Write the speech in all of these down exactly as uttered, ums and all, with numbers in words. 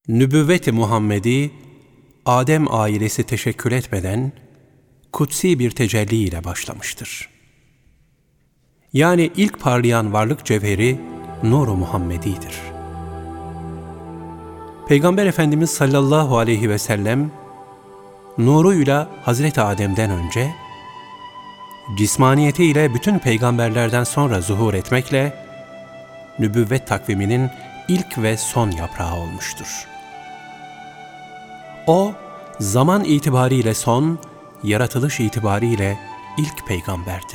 Nübüvvet-i Muhammedi, Adem ailesi teşekkül etmeden, kutsi bir tecelli ile başlamıştır. Yani ilk parlayan varlık cevheri, Nur-u Muhammedi'dir. Peygamber Efendimiz sallallahu aleyhi ve sellem, nuruyla Hazreti Adem'den önce, cismaniyetiyle bütün peygamberlerden sonra zuhur etmekle, nübüvvet takviminin ilk ve son yaprağı olmuştur. O, zaman itibariyle son, yaratılış itibariyle ilk peygamberdir.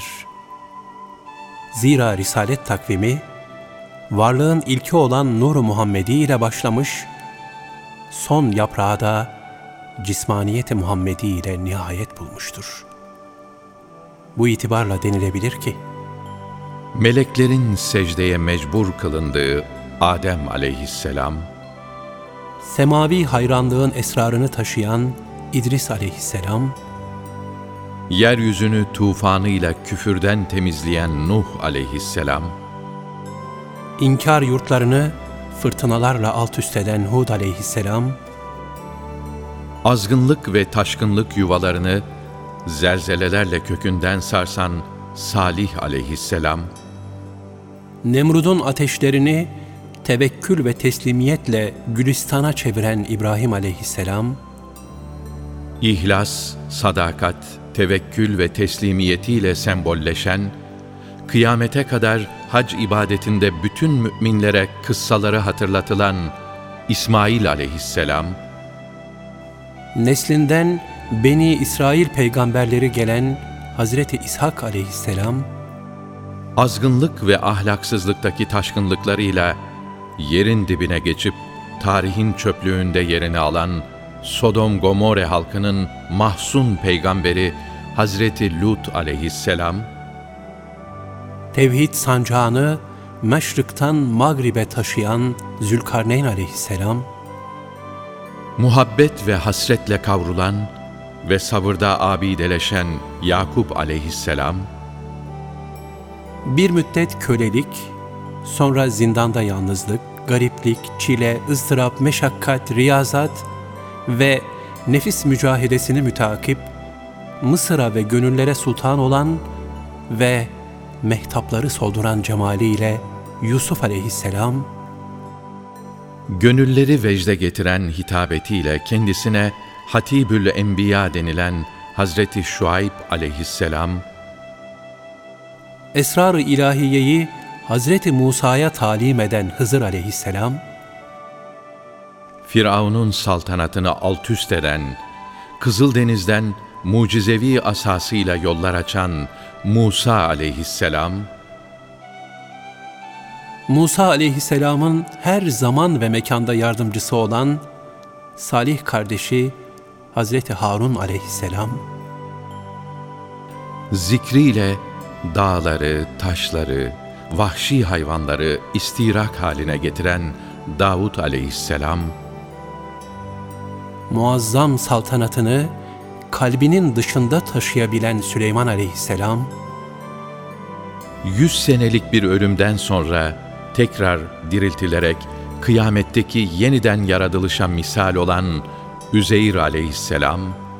Zira Risalet takvimi, varlığın ilki olan Nur-u Muhammedi ile başlamış, son yaprağı da cismaniyet-i Muhammedi ile nihayet bulmuştur. Bu itibarla denilebilir ki, meleklerin secdeye mecbur kılındığı Adem aleyhisselam, semavi hayranlığın esrarını taşıyan İdris aleyhisselam, yeryüzünü tufanıyla küfürden temizleyen Nuh aleyhisselam, inkar yurtlarını fırtınalarla alt üst eden Hud aleyhisselam, azgınlık ve taşkınlık yuvalarını zelzelelerle kökünden sarsan Salih aleyhisselam, Nemrud'un ateşlerini tevekkül ve teslimiyetle Gülistan'a çeviren İbrahim aleyhisselam, İhlas, sadakat, tevekkül ve teslimiyetiyle sembolleşen, kıyamete kadar hac ibadetinde bütün müminlere kıssaları hatırlatılan İsmail aleyhisselam, neslinden Beni İsrail peygamberleri gelen Hazreti İshak aleyhisselam, azgınlık ve ahlaksızlıktaki taşkınlıklarıyla yerin dibine geçip tarihin çöplüğünde yerini alan Sodom Gomorre halkının mahzun peygamberi Hazreti Lut aleyhisselam, tevhid sancağını meşrikten Mağrib'e taşıyan Zülkarneyn aleyhisselam, muhabbet ve hasretle kavrulan ve sabırda abideleşen Yakup aleyhisselam, bir müddet kölelik, sonra zindanda yalnızlık, gariplik, çile, ızdırap, meşakkat, riyazat ve nefis mücahedesini mütakip, Mısır'a ve gönüllere sultan olan ve mehtapları solduran cemaliyle Yusuf aleyhisselam, gönülleri vecde getiren hitabetiyle kendisine Hatibül Enbiya denilen Hazreti Şuayb aleyhisselam, esrar-ı ilahiyeyi Hazreti Musa'ya talim eden Hızır aleyhisselam, Firavun'un saltanatını altüst eden, Kızıldeniz'den mucizevi asasıyla yollar açan Musa aleyhisselam, Musa aleyhisselamın her zaman ve mekanda yardımcısı olan Salih kardeşi Hazreti Harun aleyhisselam, zikriyle dağları, taşları, vahşi hayvanları istirak haline getiren Davud aleyhisselam, muazzam saltanatını kalbinin dışında taşıyabilen Süleyman aleyhisselam, yüz senelik bir ölümden sonra tekrar diriltilerek kıyametteki yeniden yaratılışa misal olan Üzeyr aleyhisselam,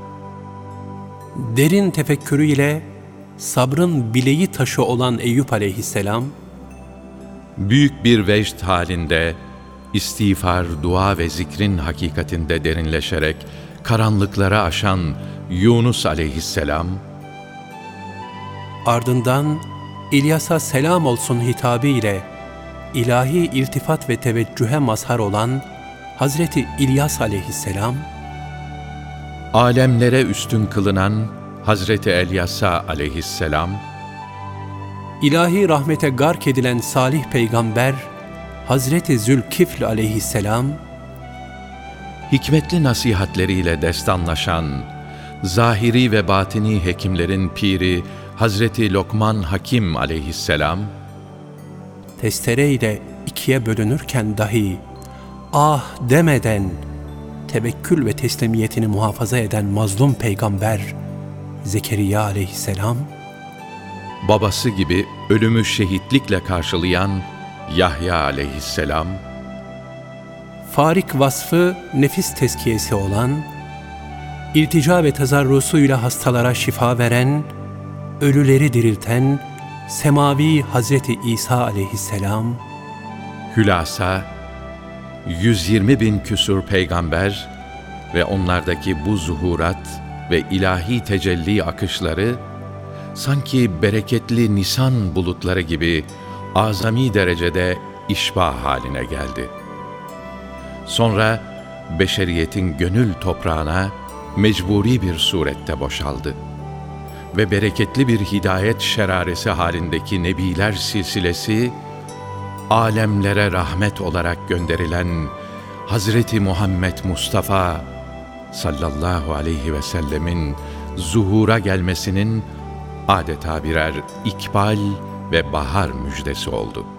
derin tefekkürüyle sabrın bileği taşı olan Eyüp aleyhisselam, büyük bir vecd halinde istiğfar, dua ve zikrin hakikatinde derinleşerek karanlıklara aşan Yunus aleyhisselam, ardından İlyas'a selam olsun hitabı ile ilahi iltifat ve teveccühe mazhar olan Hazreti İlyas aleyhisselam, alemlere üstün kılınan Hazreti Elyasa aleyhisselam, ilahi rahmete gark edilen salih peygamber Hazreti Zülkifl aleyhisselam, hikmetli nasihatleriyle destanlaşan, zahiri ve batini hekimlerin piri Hazreti Lokman Hakim aleyhisselam, testereyle ikiye bölünürken dahi ah demeden tevekkül ve teslimiyetini muhafaza eden mazlum peygamber Zekeriya aleyhisselam, babası gibi ölümü şehitlikle karşılayan Yahya aleyhisselam, farik vasfı nefis tezkiyesi olan, iltica ve tezarrusuyla hastalara şifa veren, ölüleri dirilten semavi Hazreti İsa aleyhisselam, Hülasa, yüz yirmi bin küsur peygamber ve onlardaki bu zuhurat ve ilahi tecelli akışları, sanki bereketli nisan bulutları gibi azami derecede işbah haline geldi. Sonra beşeriyetin gönül toprağına mecburi bir surette boşaldı ve bereketli bir hidayet şeraresi halindeki nebiler silsilesi, alemlere rahmet olarak gönderilen Hazreti Muhammed Mustafa sallallahu aleyhi ve sellemin zuhura gelmesinin adeta birer ikbal ve bahar müjdesi oldu.